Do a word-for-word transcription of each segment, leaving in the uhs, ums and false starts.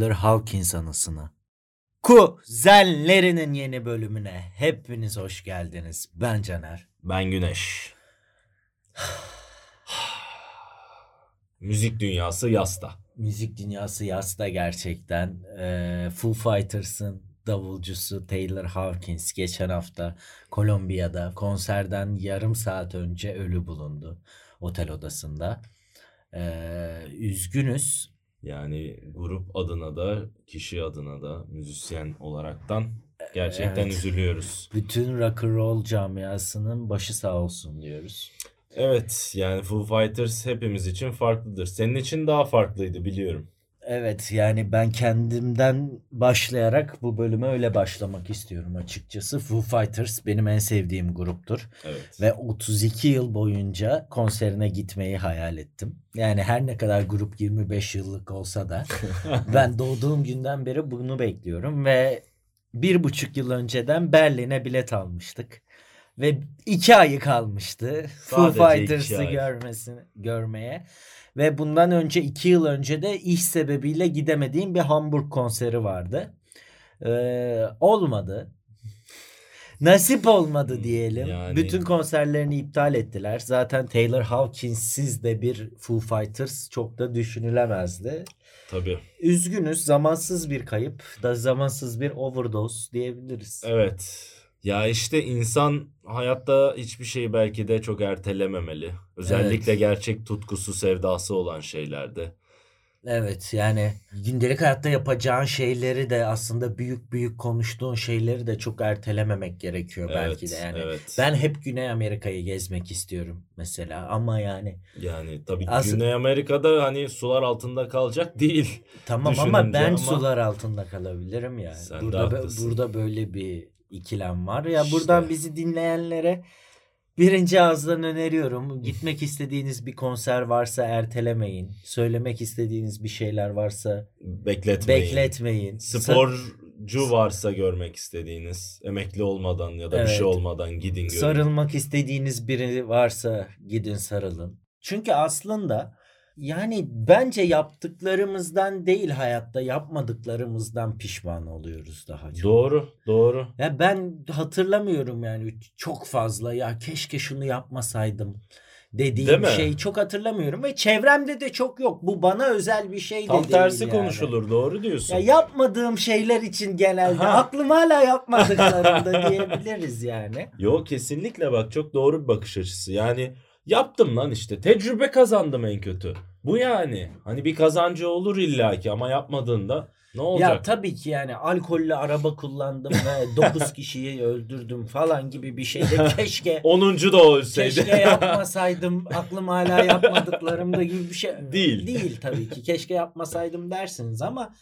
Taylor Hawkins anısına. Kuzenlerinin yeni bölümüne hepiniz hoş geldiniz. Ben Caner. Ben Güneş. Müzik dünyası yasta. Müzik dünyası yasta gerçekten. Ee, Foo Fighters'ın davulcusu Taylor Hawkins geçen hafta Kolombiya'da konserden yarım saat önce ölü bulundu otel odasında. Ee, üzgünüz. Yani grup adına da kişi adına da müzisyen olaraktan gerçekten Evet. üzülüyoruz. Bütün rock and roll camiasının başı sağ olsun diyoruz. Evet, yani Foo Fighters hepimiz için farklıdır. Senin için daha farklıydı biliyorum. Evet, yani ben kendimden başlayarak bu bölüme öyle başlamak istiyorum açıkçası. Foo Fighters benim en sevdiğim gruptur. Evet. Ve otuz iki yıl boyunca konserine gitmeyi hayal ettim. Yani her ne kadar grup yirmi beş yıllık olsa da ben doğduğum günden beri bunu bekliyorum. Ve bir buçuk yıl önceden Berlin'e bilet almıştık. Ve iki ayı kalmıştı Foo Sadece iki Fighters'ı ay. görmesini, görmeye. Ve bundan önce iki yıl önce de iş sebebiyle gidemediğim bir Hamburg konseri vardı. Ee, olmadı. Nasip olmadı diyelim. Yani- Bütün konserlerini iptal ettiler. Zaten Taylor Hawkins'siz de bir Foo Fighters çok da düşünülemezdi. Tabii. Üzgünüz. Zamansız bir kayıp. Da zamansız bir overdose diyebiliriz. Evet. Ya işte insan hayatta hiçbir şeyi belki de çok ertelememeli. Özellikle Evet. gerçek tutkusu, sevdası olan şeylerde. Evet, yani gündelik hayatta yapacağın şeyleri de aslında büyük büyük konuştuğun şeyleri de çok ertelememek gerekiyor belki de. Yani evet. ben hep Güney Amerika'yı gezmek istiyorum mesela ama yani Yani tabii As- Güney Amerika'da hani sular altında kalacak değil. tamam ama Düşününce ben ama- sular altında kalabilirim yani. Sen de Burada bö- haklısın. burada böyle bir ikilem var. Ya İşte. buradan bizi dinleyenlere birinci ağızdan öneriyorum. Gitmek istediğiniz bir konser varsa ertelemeyin. Söylemek istediğiniz bir şeyler varsa Bekletmeyin. bekletmeyin. Sporcu varsa görmek istediğiniz, emekli olmadan ya da bir Evet. şey olmadan gidin görün. Sarılmak istediğiniz biri varsa gidin sarılın. Çünkü aslında yani bence yaptıklarımızdan değil hayatta yapmadıklarımızdan pişman oluyoruz daha çok. Doğru, doğru. Ya ben hatırlamıyorum yani çok fazla ya keşke şunu yapmasaydım Değil dediğim mi? şey çok hatırlamıyorum ve çevremde de çok yok. Bu bana özel bir şey de Tam değil tersi yani. konuşulur, doğru diyorsun. Ya yapmadığım şeyler için genelde Aha. aklım hala yapmadıklarımda diyebiliriz yani. Yo kesinlikle bak çok doğru bir bakış açısı. Yani yaptım lan işte tecrübe kazandım en kötü. Bu yani. Hani bir kazancı olur illaki ama yapmadığında ne olacak? Ya tabii ki yani alkollü araba kullandım ve dokuz kişiyi öldürdüm falan gibi bir şey de keşke onuncu da ölseydi. keşke yapmasaydım aklım hala yapmadıklarımda gibi bir şey Değil. değil tabii ki keşke yapmasaydım dersiniz ama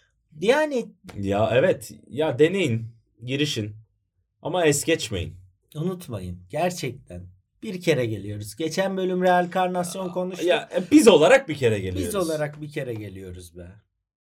yani Ya evet ya deneyin girişin ama es geçmeyin. unutmayın gerçekten bir kere geliyoruz. Geçen bölüm reenkarnasyon konuştuk. Ya e, biz olarak bir kere geliyoruz. Biz olarak bir kere geliyoruz be.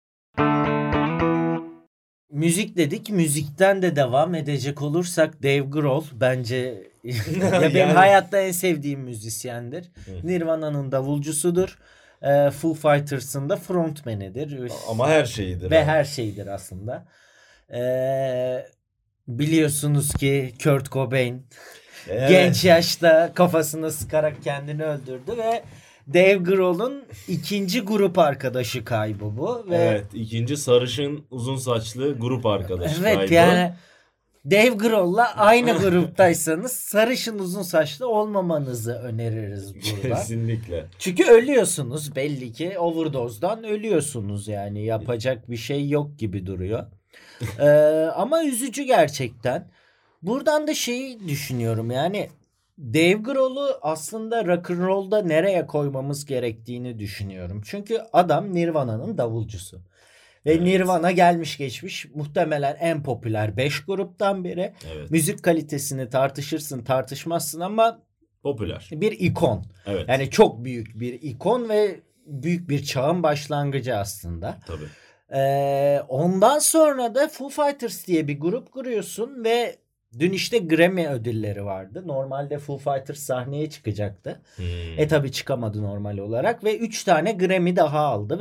Müzik dedik. Müzikten de devam edecek olursak Dave Grohl bence ya benim Yani. hayatta en sevdiğim müzisyendir. Hı. Nirvana'nın davulcusudur. Ee, Foo Fighters'ın da frontmanidir. Ama her şeyidir. Ve abi. her şeydir aslında. Ee, biliyorsunuz ki Kurt Cobain Evet. genç yaşta kafasına sıkarak kendini öldürdü ve Dave Grohl'un ikinci grup arkadaşı kaybı bu. Ve Evet ikinci sarışın uzun saçlı grup arkadaşı evet kaybı. yani Dave Grohl'la aynı gruptaysanız sarışın uzun saçlı olmamanızı öneririz burada. Kesinlikle. Çünkü ölüyorsunuz belli ki overdose'dan ölüyorsunuz yani yapacak bir şey yok gibi duruyor. Ee, ama üzücü gerçekten. Buradan da şeyi düşünüyorum yani Dave Grohl'u aslında rock and roll'da nereye koymamız gerektiğini düşünüyorum. Çünkü adam Nirvana'nın davulcusu. Ve Evet. Nirvana gelmiş geçmiş muhtemelen en popüler beş gruptan biri. Evet. Müzik kalitesini tartışırsın tartışmazsın ama Popüler. bir ikon. Evet. Yani çok büyük bir ikon ve büyük bir çağın başlangıcı aslında. Tabii. Ee, ondan sonra da Foo Fighters diye bir grup kuruyorsun ve dün işte Grammy ödülleri vardı. Normalde Foo Fighters sahneye çıkacaktı. Hmm. E tabi çıkamadı normal olarak ve üç tane Grammy daha aldı ve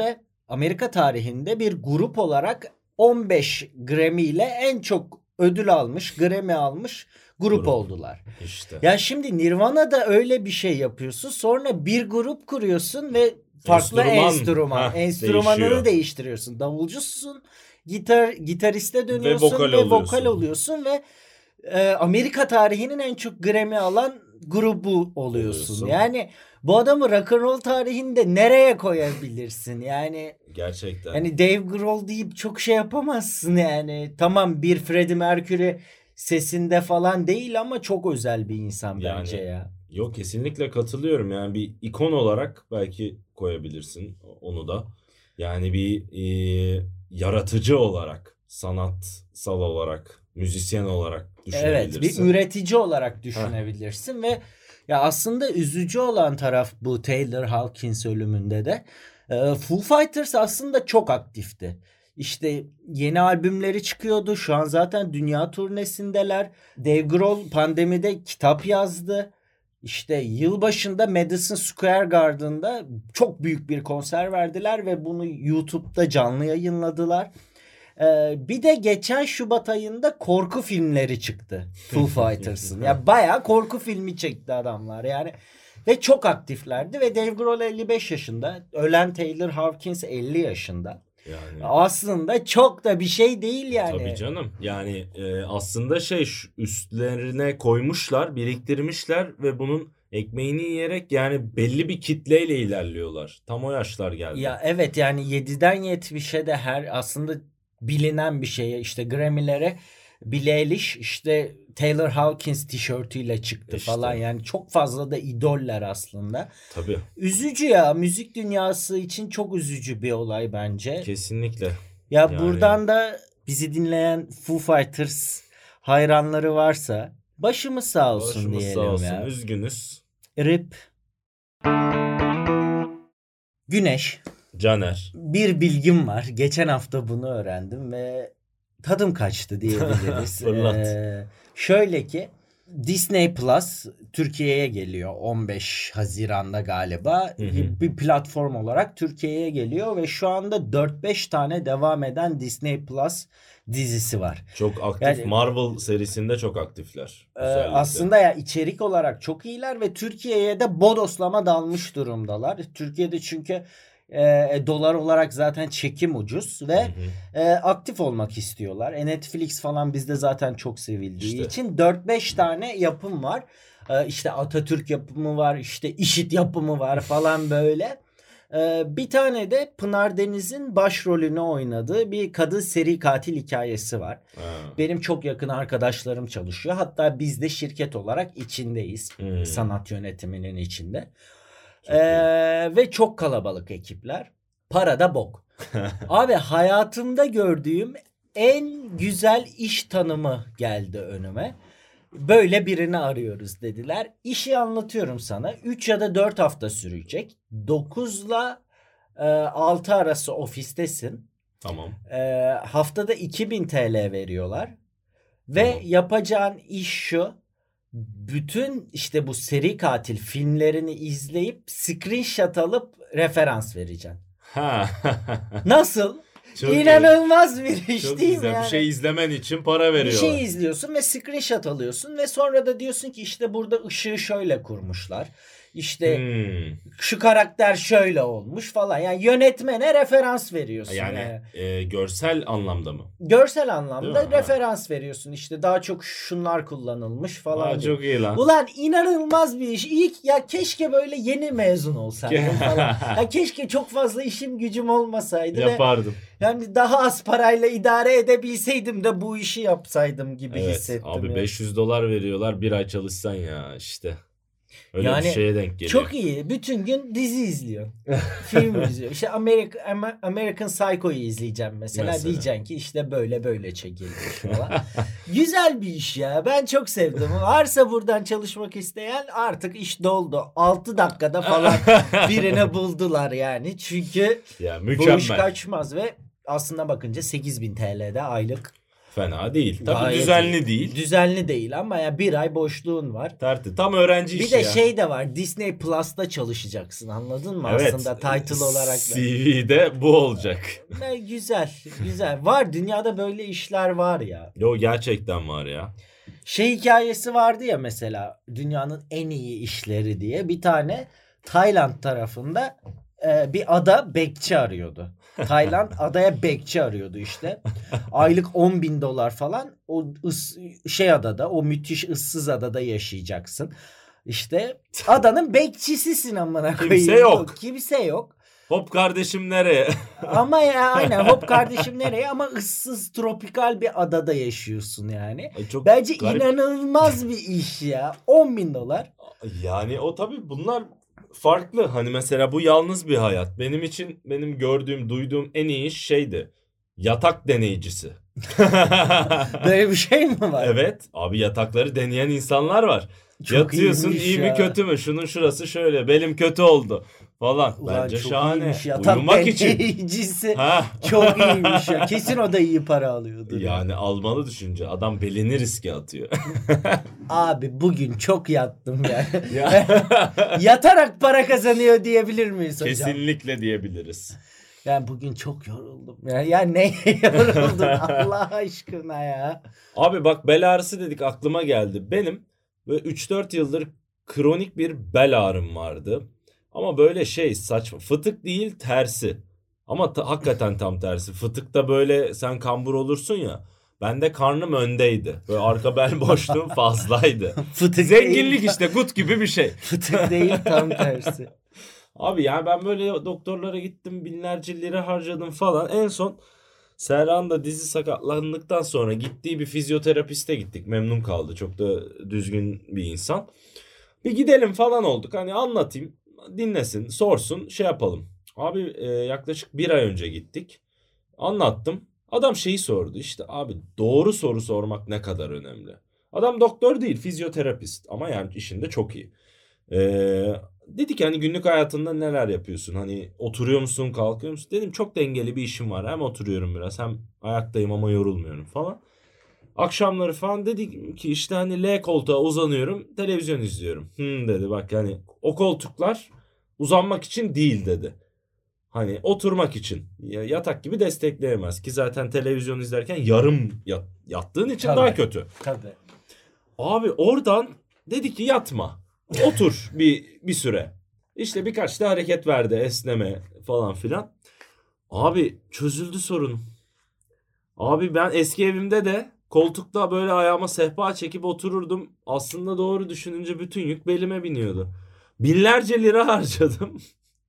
Amerika tarihinde bir grup olarak on beş Grammy ile en çok ödül almış, Grammy almış grup, grup. oldular. İşte. Ya şimdi Nirvana'da öyle bir şey yapıyorsun. Sonra bir grup kuruyorsun ve farklı enstrüman, enstrüman. Heh, enstrümanını değişiyor. Değiştiriyorsun. Davulcusun, gitar gitariste dönüyorsun ve vokal, ve oluyorsun. vokal oluyorsun ve e, Amerika tarihinin en çok Grammy alan grubu oluyorsun. oluyorsun. Yani bu adamı rock and roll tarihinde nereye koyabilirsin? Yani gerçekten. Yani Dave Grohl deyip çok şey yapamazsın yani. Tamam, bir Freddie Mercury sesinde falan değil ama çok özel bir insan yani, bence ya. Yok, kesinlikle katılıyorum. Yani bir ikon olarak belki koyabilirsin onu da. Yani bir e, yaratıcı olarak, sanatsal olarak, müzisyen olarak düşünebilirsin. Evet, bir üretici olarak düşünebilirsin. Heh. Ve ya aslında üzücü olan taraf bu Taylor Hawkins ölümünde de. E, Foo Fighters aslında çok aktifti. İşte yeni albümleri çıkıyordu. Şu an zaten dünya turnesindeler. Dave Grohl pandemide kitap yazdı. İşte yılbaşında Madison Square Garden'da çok büyük bir konser verdiler ve bunu YouTube'da canlı yayınladılar. Ee, bir de geçen Şubat ayında korku filmleri çıktı Foo Fighters'ın. Ya bayağı korku filmi çekti adamlar yani. Ve çok aktiflerdi ve Dave Grohl elli beş yaşında. Ölen Taylor Hawkins elli yaşında. Yani aslında çok da bir şey değil yani. Tabii canım. Yani e, aslında şey, üstlerine koymuşlar, biriktirmişler ve bunun ekmeğini yiyerek yani belli bir kitleyle ilerliyorlar. Tam o yaşlar geldi. Ya evet, yani yediden yetmişe de her aslında bilinen bir şeye, işte Grammy'lere Billie Eilish işte Taylor Hawkins tişörtüyle çıktı işte falan. Yani çok fazla da idoller aslında. Tabii. Üzücü ya. Müzik dünyası için çok üzücü bir olay bence. Kesinlikle. Ya yani... buradan da bizi dinleyen Foo Fighters hayranları varsa başımız sağ olsun başımız diyelim sağ olsun. Ya. Üzgünüz. Rip. Güneş. Caner. Bir bilgim var. Geçen hafta bunu öğrendim ve tadım kaçtı diyebiliriz. ee, şöyle ki Disney Plus Türkiye'ye geliyor on beş Haziran'da galiba. Hı hı. Bir platform olarak Türkiye'ye geliyor ve şu anda dört beş tane devam eden Disney Plus dizisi var. Çok aktif. Yani, Marvel serisinde çok aktifler. E, aslında ya içerik olarak çok iyiler ve Türkiye'ye de bodoslama dalmış durumdalar. Türkiye'de çünkü E, dolar olarak zaten çekim ucuz ve hı hı. E, aktif olmak istiyorlar. E, Netflix falan bizde zaten çok sevildiği işte. için dört beş tane yapım var. E, işte Atatürk yapımı var, işte İŞİD yapımı var falan böyle. E, bir tane de Pınar Deniz'in başrolünü oynadığı bir kadın seri katil hikayesi var. Ha. Benim çok yakın arkadaşlarım çalışıyor. Hatta biz de şirket olarak içindeyiz. Hmm. Sanat yönetiminin içinde. Ee, ve çok kalabalık ekipler. Para da bok. Abi hayatımda gördüğüm en güzel iş tanımı geldi önüme. Böyle birini arıyoruz dediler. İşi anlatıyorum sana. üç ya da dört hafta sürecek. dokuzla altı arası ofistesin. Tamam. Ee, haftada iki bin T L veriyorlar. Ve tamam. Yapacağın iş şu. Bütün işte bu seri katil filmlerini izleyip screenshot alıp referans vereceksin. Nasıl? Çok İnanılmaz iyi. Bir iş çok değil güzel. mi? Yani? Bir şey izlemen için para veriyorlar. Bir şey izliyorsun ve screenshot alıyorsun ve sonra da diyorsun ki işte burada ışığı şöyle kurmuşlar. İşte hmm. şu karakter şöyle olmuş falan. Yani yönetmene referans veriyorsun. Yani, yani. E, görsel anlamda mı? Görsel anlamda referans ha. veriyorsun. İşte daha çok şunlar kullanılmış falan. Aa, çok iyi lan. Ulan inanılmaz bir iş. İlk ya keşke böyle yeni mezun olsaydım falan. Ya keşke çok fazla işim gücüm olmasaydı. Yapardım. Ve yani daha az parayla idare edebilseydim de bu işi yapsaydım gibi evet, hissettim. Abi ya. beş yüz dolar veriyorlar, bir ay çalışsan ya işte. Öyle yani bir şeye denk geliyor. Çok iyi. Bütün gün dizi izliyor. Film izliyor. İşte American, American Psycho'yu izleyeceğim mesela. mesela. Diyeceksin ki işte böyle böyle çekilmiş falan. Güzel bir iş ya. Ben çok sevdim. Varsa buradan çalışmak isteyen artık iş doldu. altı dakikada falan birini buldular yani. Çünkü ya, bu iş kaçmaz ve aslında bakınca sekiz bin T L'de aylık Fena değil. Tabii Gayet düzenli iyi. değil. Düzenli değil ama ya bir ay boşluğun var. Tertip. Tam öğrenci Bir işi de ya. şey de var. Disney Plus'ta çalışacaksın. Anladın mı? Evet. Aslında title olarak da. C V'de bu olacak. Ne güzel. Güzel. Var. Dünyada böyle işler var ya. Yo gerçekten var ya. Şey hikayesi vardı ya mesela. Dünyanın en iyi işleri diye. Bir tane Tayland tarafında e, bir ada bekçi arıyordu. Tayland adaya bekçi arıyordu işte. Aylık on bin dolar falan. O ıs, şey adada, o müthiş ıssız adada yaşayacaksın. İşte adanın bekçisisin amına koyayım. Kimse yok. Kimse yok. Hop kardeşim nereye? Ama ya aynen hop kardeşim nereye, ama ıssız tropikal bir adada yaşıyorsun yani. Ay çok Bence garip. inanılmaz bir iş ya. on bin dolar. Yani o tabii bunlar farklı. Hani mesela bu yalnız bir hayat. Benim için benim gördüğüm, duyduğum en iyi iş şeydi. Yatak deneyicisi. Böyle bir şey mi var? Evet. Abi yatakları deneyen insanlar var. Çok Yatıyorsun iyiymiş iyi ya. mi kötü mü? Şunun şurası şöyle. Belim kötü oldu falan. Ulan Bence çok şahane. iyiymiş. Yatak Uyumak için. deneyicisi Ha. çok iyiymiş ya. Kesin o da iyi para alıyordur. Yani almalı düşünce. Adam belini riske atıyor. Abi bugün çok yattım yani. Ya. Yatarak para kazanıyor diyebilir miyiz hocam? Kesinlikle diyebiliriz. Yani bugün çok yoruldum. Ya, ya ne yoruldum Allah aşkına ya. Abi bak bel ağrısı dedik aklıma geldi. Benim böyle üç dört yıldır kronik bir bel ağrım vardı. Ama böyle şey saçma. Fıtık değil tersi. Ama ta- hakikaten tam tersi. Fıtıkta böyle sen kambur olursun ya. Bende karnım öndeydi. Böyle arka bel boşluğum fazlaydı. Fıtık Zenginlik değil. işte gut gibi bir şey. Fıtık değil tam tersi. Abi yani ben böyle doktorlara gittim binlerce lira harcadım falan. En son Serhan da dizi sakatlandıktan sonra gittiği bir fizyoterapiste gittik. Memnun kaldı. Çok da düzgün bir insan. Bir gidelim falan olduk. Hani anlatayım, dinlesin, sorsun, şey yapalım. Abi e, yaklaşık bir ay önce gittik. Anlattım. Adam şeyi sordu işte abi doğru soru sormak ne kadar önemli. Adam doktor değil, fizyoterapist ama yani işinde çok iyi. Ee, dedi ki hani günlük hayatında neler yapıyorsun? Hani oturuyor musun, kalkıyor musun? Dedim çok dengeli bir işim var. Hem oturuyorum biraz hem ayaktayım ama yorulmuyorum falan. Akşamları falan dedik ki işte hani L koltuğa uzanıyorum, televizyon izliyorum. Hmm dedi bak yani o koltuklar uzanmak için değil dedi. Hani oturmak için yatak gibi destekleyemez ki zaten televizyon izlerken yarım yat, yattığın için Tabii. daha kötü. Tabii. Abi oradan dedi ki yatma. Otur bir bir süre. İşte birkaç da hareket verdi, esneme falan filan. Abi çözüldü sorun. Abi ben eski evimde de koltukta böyle ayağıma sehpa çekip otururdum. Aslında doğru düşününce bütün yük belime biniyordu. Binlerce lira harcadım.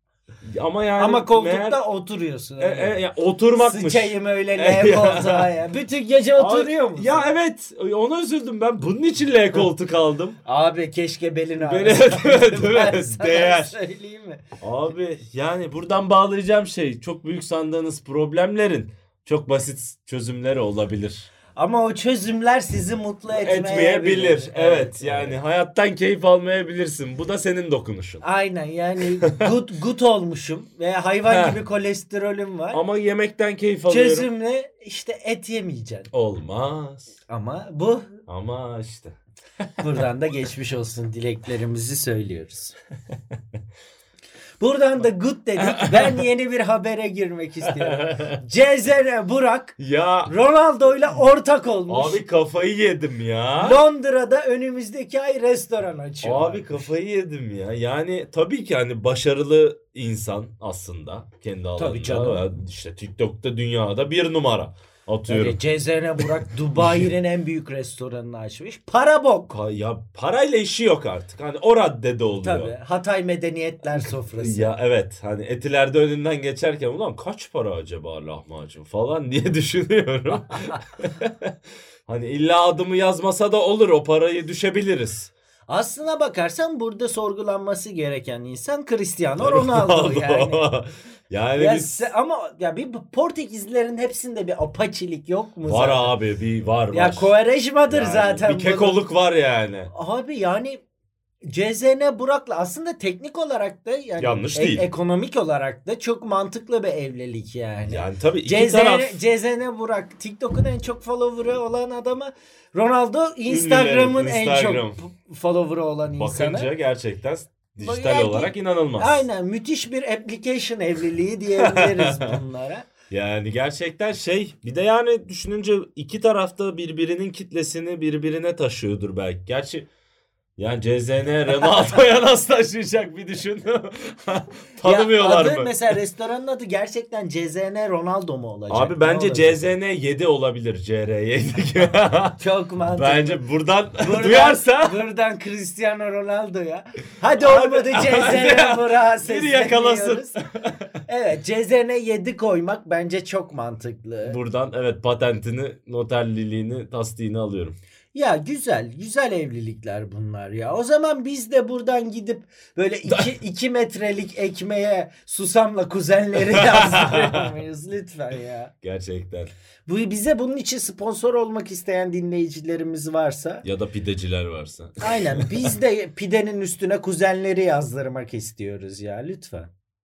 Ama yani Ama koltukta meğer, oturuyorsun. e, e, ya, oturmakmış. Sıçayım öyle E, L ya. koltuğa ya. Bütün gece oturuyor musun? Ya evet ona üzüldüm ben. Bunun için L koltuk aldım. Abi keşke belini Böyle- ağrısaydın. evet, Ben evet, sana değer. söyleyeyim mi? Abi yani buradan bağlayacağım şey çok büyük sandığınız problemlerin çok basit çözümleri olabilir. Ama o çözümler sizi mutlu etmeyebilir. Etmeyebilir. Evet, yani hayattan keyif almayabilirsin. Bu da senin dokunuşun. Aynen yani good, good olmuşum ve hayvan Heh. gibi kolesterolüm var. Ama yemekten keyif alıyorum. Çözümle işte et yemeyeceksin. Olmaz. Ama bu Ama işte. buradan da geçmiş olsun dileklerimizi söylüyoruz. Buradan da good dedik. Ben yeni bir habere girmek istiyorum. Cezene Burak Ya Ronaldo'yla ortak olmuş. abi kafayı yedim ya. Londra'da önümüzdeki ay restoran açıyor. Abi kafayı yedim ya. Yani tabii ki hani başarılı insan aslında kendi alanında. Tabii canım. İşte TikTok'ta dünyada bir numara atıyorum. Öyle Cezene Burak Dubai'nin en büyük restoranını açmış. Para bok. Pa- ya parayla işi yok artık. Hani o raddede oluyor. Tabii. Hatay Medeniyetler Sofrası. Ya evet hani etilerde önünden geçerken ulan kaç para acaba lahmacun falan diye düşünüyorum. Hani illa adımı yazmasa da olur o parayı düşebiliriz. Aslına bakarsan burada sorgulanması gereken insan Cristiano Ronaldo yani. Yani Ya biz... se- ama ya bir Portekizlilerin hepsinde bir apaçilik yok mu Var zaten? abi bir var var. Ya Quaresma'dır Yani zaten. bir kekoluk bunun. var yani. Abi yani C Z N Burak'la aslında teknik olarak da yani yanlış e- değil. ekonomik olarak da çok mantıklı bir evlilik yani. Yani tabii iki C Z N, taraf C Z N Burak TikTok'un en çok follower'ı olan adamı, Ronaldo Instagram'ın Ünlülerin, en çok Instagram. follower'ı olan insanı. bakınca gerçekten dijital Yani- olarak inanılmaz. Aynen, müthiş bir application evliliği diyebiliriz bunlara. Yani gerçekten şey, bir de yani düşününce iki tarafta birbirinin kitlesini birbirine taşıyordur belki. Gerçi yani C Z N Ronaldo'ya nasıl taşıyacak bir düşün. Tanımıyorlar Ya adı, mı? mesela restoranın adı gerçekten C Z N Ronaldo mu olacak? Abi Ne bence olacak? C Z N yedi olabilir. C R yedi gibi. Çok mantıklı. Bence buradan, Buradan- duyarsa Buradan Cristiano Ronaldo'ya. Hadi Hadi- olmadı C Z N Burak'a biri yakalasın. sesleniyoruz. Evet, C Z N yedi koymak bence çok mantıklı. Buradan evet patentini, noterliliğini, tasdiğini alıyorum. Ya güzel, güzel evlilikler bunlar ya. O zaman biz de buradan gidip böyle iki, iki metrelik ekmeğe susamla kuzenleri yazdırıyor muyuz? Lütfen ya. Gerçekten. Bu bize bunun için sponsor olmak isteyen dinleyicilerimiz varsa, Ya da pideciler varsa. aynen, biz de pidenin üstüne kuzenleri yazdırmak istiyoruz ya, lütfen.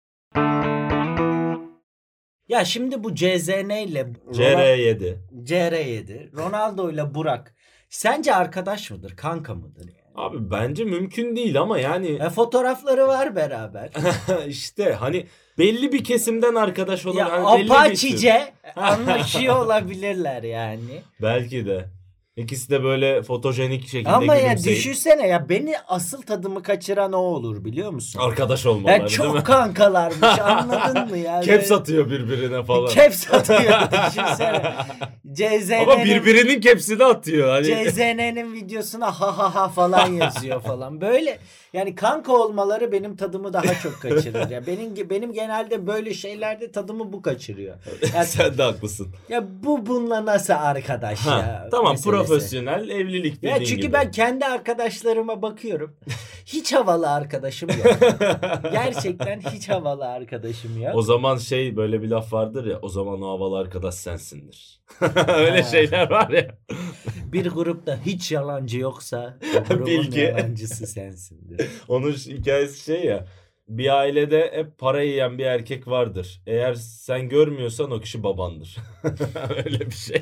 Ya şimdi bu C Z N ile C R yedi. C R yedi, Ronaldo ile Burak sence arkadaş mıdır, kanka mıdır yani? Abi bence mümkün değil ama yani E, fotoğrafları var beraber. işte hani belli bir kesimden arkadaş olur. Ya hani belli bir tür. apaçice anlaşıyor olabilirler yani. Belki de. İkisi de böyle fotojenik şekilde Ama ya gülümseyip düşünsene ya, beni asıl tadımı kaçıran o olur biliyor musun? arkadaş olmaları Ya değil mi? çok kankalarmış, anladın mı ya? Kep satıyor birbirine falan. Kep satıyor düşünsene. C Z N'nin Ama birbirinin kepsini atıyor. Hani C Z N'nin videosuna ha ha ha falan yazıyor falan. Böyle yani kanka olmaları benim tadımı daha çok kaçırır. Ya benim benim genelde böyle şeylerde tadımı bu kaçırıyor. Ya, sen de haklısın. ya bu bununla nasıl arkadaş Ha, ya? tamam meselesi. profesyonel evlilik dediğin Ya çünkü gibi. ben kendi arkadaşlarıma bakıyorum. Hiç havalı arkadaşım yok. Gerçekten hiç havalı arkadaşım yok. O zaman şey, böyle bir laf vardır ya, o zaman o havalı arkadaş sensindir. Öyle Ha. şeyler var ya. Bir grupta hiç yalancı yoksa o grubun Bilgi. yalancısı sensindir. Onun hikayesi şey ya. Bir ailede hep para yiyen bir erkek vardır. Eğer sen görmüyorsan o kişi babandır. Öyle bir şey.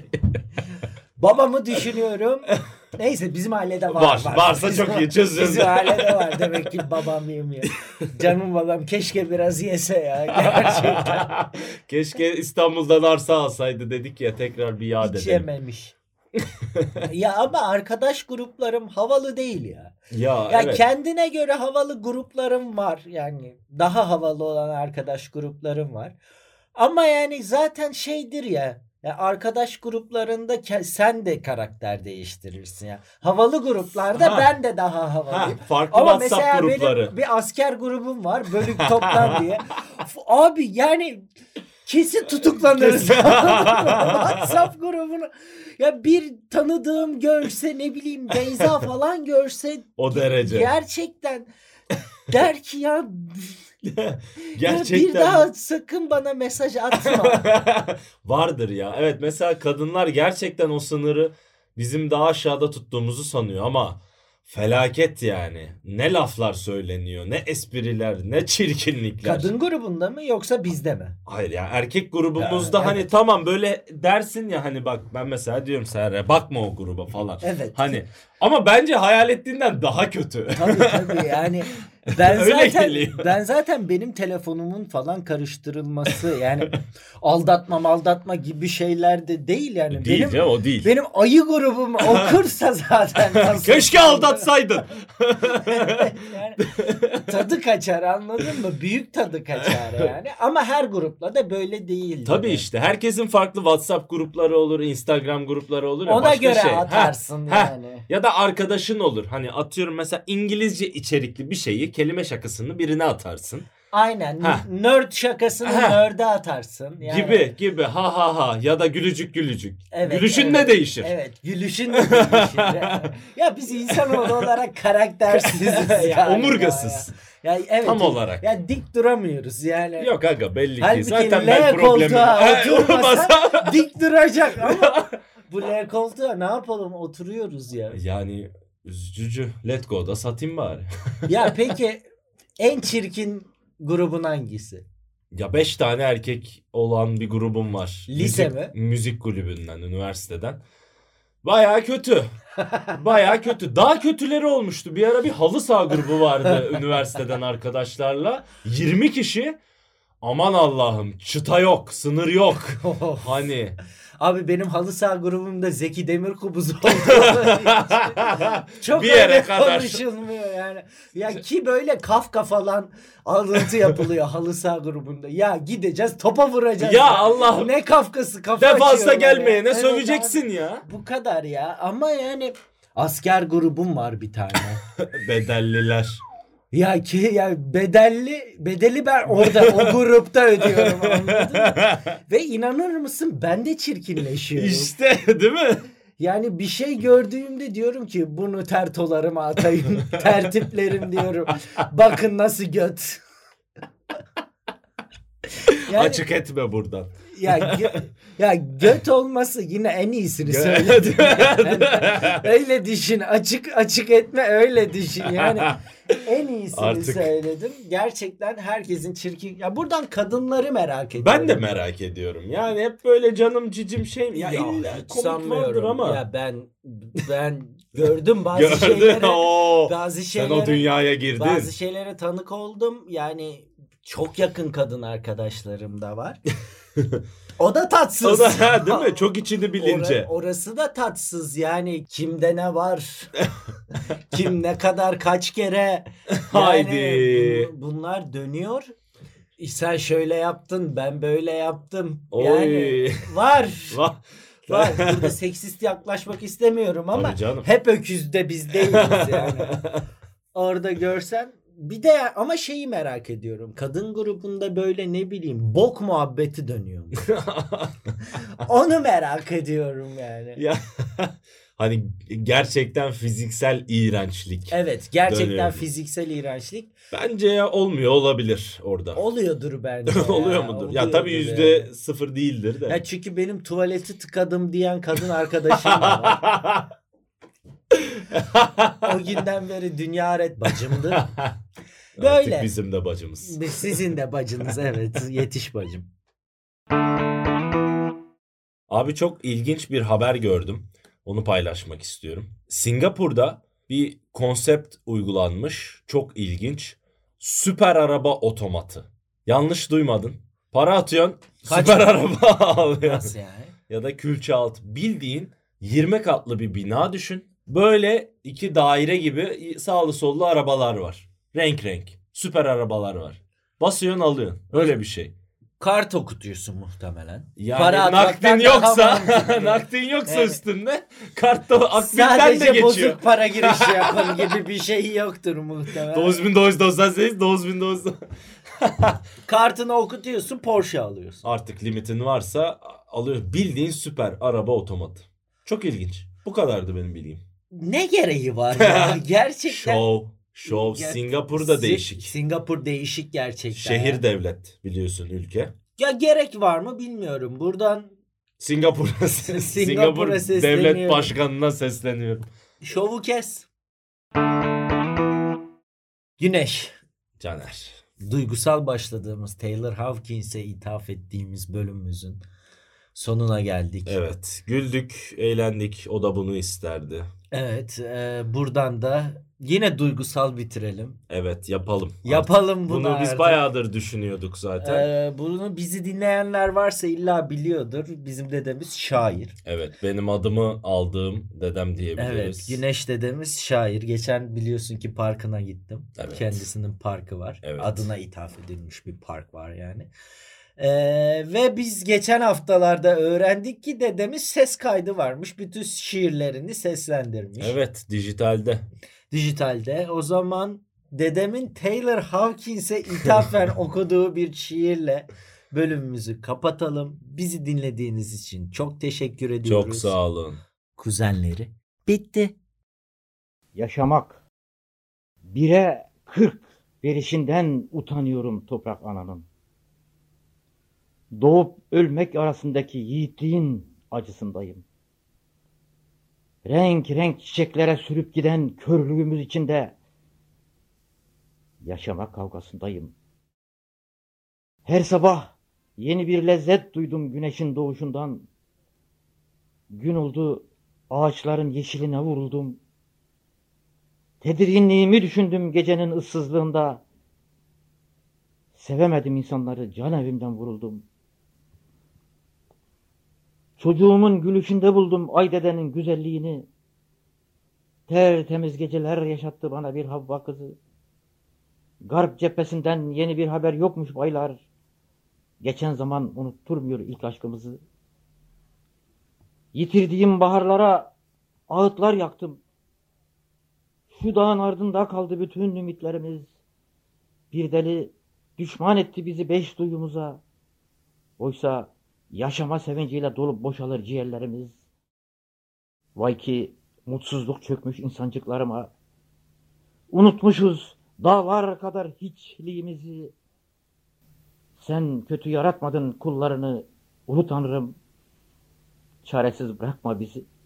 Babamı düşünüyorum. Neyse bizim ailede var. Var, varsa Bizim- çok iyi, çözüldü. Bizim ailede var. Demek ki babam yemiyor. Canım babam keşke biraz yese ya. Gerçekten. Keşke İstanbul'dan arsa alsaydı dedik ya, tekrar bir yad Hiç edelim. yememiş. Ya ama arkadaş gruplarım havalı değil ya. Ya, Ya evet. kendine göre havalı gruplarım var. Yani daha havalı olan arkadaş gruplarım var. Ama yani zaten şeydir ya. Ya arkadaş gruplarında ke- sen de karakter değiştirirsin ya. Havalı gruplarda Ha. ben de daha Ha, havalıyım. farklı Ama WhatsApp mesela grupları. benim bir asker grubum var. Bölük toplan diye. F- Abi yani kesin tutuklanırız. Kesin. WhatsApp grubunu. Ya bir tanıdığım görse, ne bileyim Beyza falan görse O derece. gerçekten der ki ya, Gerçekten. ya bir daha sakın bana mesaj atma. Vardır ya. Evet, mesela kadınlar gerçekten o sınırı bizim daha aşağıda tuttuğumuzu sanıyor ama felaket yani. Ne laflar söyleniyor, ne espriler, ne çirkinlikler. Kadın grubunda mı yoksa bizde mi? Hayır ya, erkek grubumuzda Ya, hani evet. tamam böyle dersin ya, hani bak ben mesela diyorum Serra bakma o gruba falan. Evet. Hani ama bence hayal ettiğinden daha kötü. Tabii tabii yani ben Öyle zaten geliyor. ben zaten benim telefonumun falan karıştırılması yani aldatma aldatma gibi şeyler de değil yani. Değil benim canım, o değil. benim ayı grubum okursa zaten nasıl- Keşke aldatsaydın. yani tadı kaçar, anladın mı? Büyük tadı kaçar yani. Ama her grupla da böyle değil. Tabii işte herkesin farklı WhatsApp grupları olur, Instagram grupları olur. ya, Ona başka göre şey. Ha, atarsın ha. yani. Ya da arkadaşın olur. Hani atıyorum mesela İngilizce içerikli bir şeyi, kelime şakasını birine atarsın. Aynen. Ha. Nerd şakasını Ha. nerd'e atarsın. Yani, Gibi gibi ha ha ha ya da gülücük gülücük. Evet, Gülüşün evet. ne değişir? Evet. Gülüşün de değişir. Ya biz insanoğlu olarak karaktersiziz. Ya, galiba omurgasız. Ya. Ya evet. Tam olarak. Ya dik duramıyoruz yani. Yok aga, belli ki. Halbuki Zaten ben L problemim. koltuğa Ay, oturmasa olmasa- dik duracak ama bu L koltuğa ne yapalım, oturuyoruz ya. Yani Üzücü. Let Go'da satayım bari. Ya peki en çirkin grubun hangisi? Ya beş tane erkek olan bir grubum var. Lise müzik, mi? Müzik kulübünden, üniversiteden. Baya kötü. Baya kötü. Daha kötüleri olmuştu. Bir ara bir halı saha grubu vardı üniversiteden arkadaşlarla. yirmi kişi. Aman Allah'ım, çıta yok, sınır yok. Hani Abi benim halı saha grubumda Zeki Demirkubuz oldu. Çok bir yere öyle kadar. konuşulmuyor yani. Ya ki böyle Kafka falan alıntı yapılıyor halı saha grubunda. Ya gideceğiz topa vuracağız. Ya Allah'ım. Ne Kafkası kafa Defansa açıyorlar ya. gelmeyene Evet söveceksin abi, ya. bu kadar ya. Ama yani asker grubum var bir tane. Bedelliler. Ya ki ya bedelli bedeli ben orada o grupta ödüyorum, anladın mı? Ve inanır mısın ben de çirkinleşiyorum. İşte değil mi? Yani bir şey gördüğümde diyorum ki bunu tertolarıma atayım. Tertiplerim diyorum. Bakın nasıl göt. Yani, Açık etme buradan. ya gö- ya göt olması yine en iyisini söyledim. Yani, öyle düşün. Açık açık etme, öyle düşün. Yani en iyisini Artık. söyledim. Gerçekten herkesin çirkin. Ya buradan kadınları merak ediyorum. Ben de merak ediyorum. Yani hep böyle canım cicim şey mi? Ya, Ya illa hiç komik vardır sanmıyorum. ama. Ya ben ben gördüm bazı Gördün. şeyleri. Oo. Bazı Sen şeylere o dünyaya girdin. bazı şeylere tanık oldum. Yani çok yakın kadın arkadaşlarım da var. O da tatsız. O da ha, değil mi? Çok içini bilince. Ora- orası da tatsız. Yani kimde ne var? Kim ne kadar kaç kere? Yani Haydi. bun- bunlar dönüyor. E, Sen şöyle yaptın, ben böyle yaptım. Oy. Yani var. Vah. Var. Burada seksist yaklaşmak istemiyorum ama Tabii canım. hep öküzde biz değiliz yani. Orada görsen bir de ama şeyi merak ediyorum. Kadın grubunda böyle ne bileyim bok muhabbeti dönüyor mu? Onu merak ediyorum yani. Ya hani gerçekten fiziksel iğrençlik. Evet, gerçekten Dönüyor. fiziksel iğrençlik Bence ya olmuyor olabilir orada. oluyordur bence. Oluyor ya, mudur? Ya tabii oluyordur yüzde yani. sıfır değildir de. Ya çünkü benim tuvaleti tıkadım diyen kadın arkadaşım da var. O günden beri dünya aret bacımdı. Böyle. Artık bizim de bacımız. Sizin de bacınız, evet, yetiş bacım. Abi çok ilginç bir haber gördüm. Onu paylaşmak istiyorum. Singapur'da bir konsept uygulanmış. Çok ilginç. Süper araba otomatı. Yanlış duymadın. Para atıyorsun, Kaç süper para? araba alıyorsun. Nasıl yani? Ya da külçe alt. Bildiğin yirmi katlı bir bina düşün. Böyle iki daire gibi sağlı sollu arabalar var. Renk renk. Süper arabalar var. Basıyorsun alıyorsun. Öyle bir şey. Kart okutuyorsun muhtemelen. Yani Para atmaktan nakdin daha yoksa mantıklı. nakdin yoksa Evet. üstünde kartta akbilden de Sadece geçiyor. bozuk para girişi yapın gibi bir şey yoktur muhtemelen. dokuz bin dokuz yüz doksan sekiz dokuz bin dokuz yüz. Kartını okutuyorsun, Porsche alıyorsun. Artık limitin varsa alıyor. Bildiğin süper araba otomatı. Çok ilginç. Bu kadardı benim bilgim. Ne gereği var ya? Gerçekten. Show. Show. Ger- Singapur'da Si- değişik. Singapur değişik gerçekten. Şehir ya. devlet biliyorsun ülke. Ya gerek var mı bilmiyorum. Buradan Singapur'a Singapur'a Singapur devlet sesleniyorum. başkanına sesleniyorum. şovu kes. Güneş. Caner. Duygusal başladığımız Taylor Hawkins'e ithaf ettiğimiz bölümümüzün sonuna geldik. Evet. Güldük, eğlendik. O da bunu isterdi. Evet, e, buradan da yine duygusal bitirelim. Evet, yapalım. Yapalım bunu. Bunu biz artık. bayağıdır düşünüyorduk zaten. E, bunu bizi dinleyenler varsa illa biliyordur. Bizim dedemiz şair. Evet, benim adımı aldığım dedem diyebiliriz. Evet, Güneş dedemiz şair. Geçen biliyorsun ki parkına gittim. Evet. Kendisinin parkı var. Evet. Adına ithaf edilmiş bir park var yani. Ee, ve biz geçen haftalarda öğrendik ki dedemiz ses kaydı varmış. Bütün şiirlerini seslendirmiş. Evet, dijitalde. Dijitalde. O zaman dedemin Taylor Hawkins'e ithafen okuduğu bir şiirle bölümümüzü kapatalım. Bizi dinlediğiniz için çok teşekkür ediyoruz. Çok sağ olun. Kuzenleri. Bitti. Yaşamak. Bire kırk verişinden utanıyorum toprak ananın. Doğup ölmek arasındaki yiğitliğin acısındayım. renk renk çiçeklere sürüp giden körlüğümüz içinde yaşama kavgasındayım. Her sabah yeni bir lezzet duydum güneşin doğuşundan. Gün oldu, ağaçların yeşiline vuruldum. Tedirginliğimi düşündüm gecenin ıssızlığında. Sevemedim insanları, can evimden vuruldum. Çocuğumun gülüşünde buldum ay dedenin güzelliğini. Tertemiz geceler yaşattı bana bir Havva kızı. Garp cephesinden yeni bir haber yokmuş baylar. Geçen zaman unutturmuyor ilk aşkımızı. Yitirdiğim baharlara ağıtlar yaktım. Şu dağın ardında kaldı bütün ümitlerimiz. Bir deli düşman etti bizi beş duyumuza. Oysa yaşama sevinciyle dolup boşalır ciğerlerimiz. Vay ki mutsuzluk çökmüş insancıklarıma. Unutmuşuz dağlar kadar hiçliğimizi. Sen kötü yaratmadın kullarını, ulu Tanrım. Çaresiz bırakma bizi.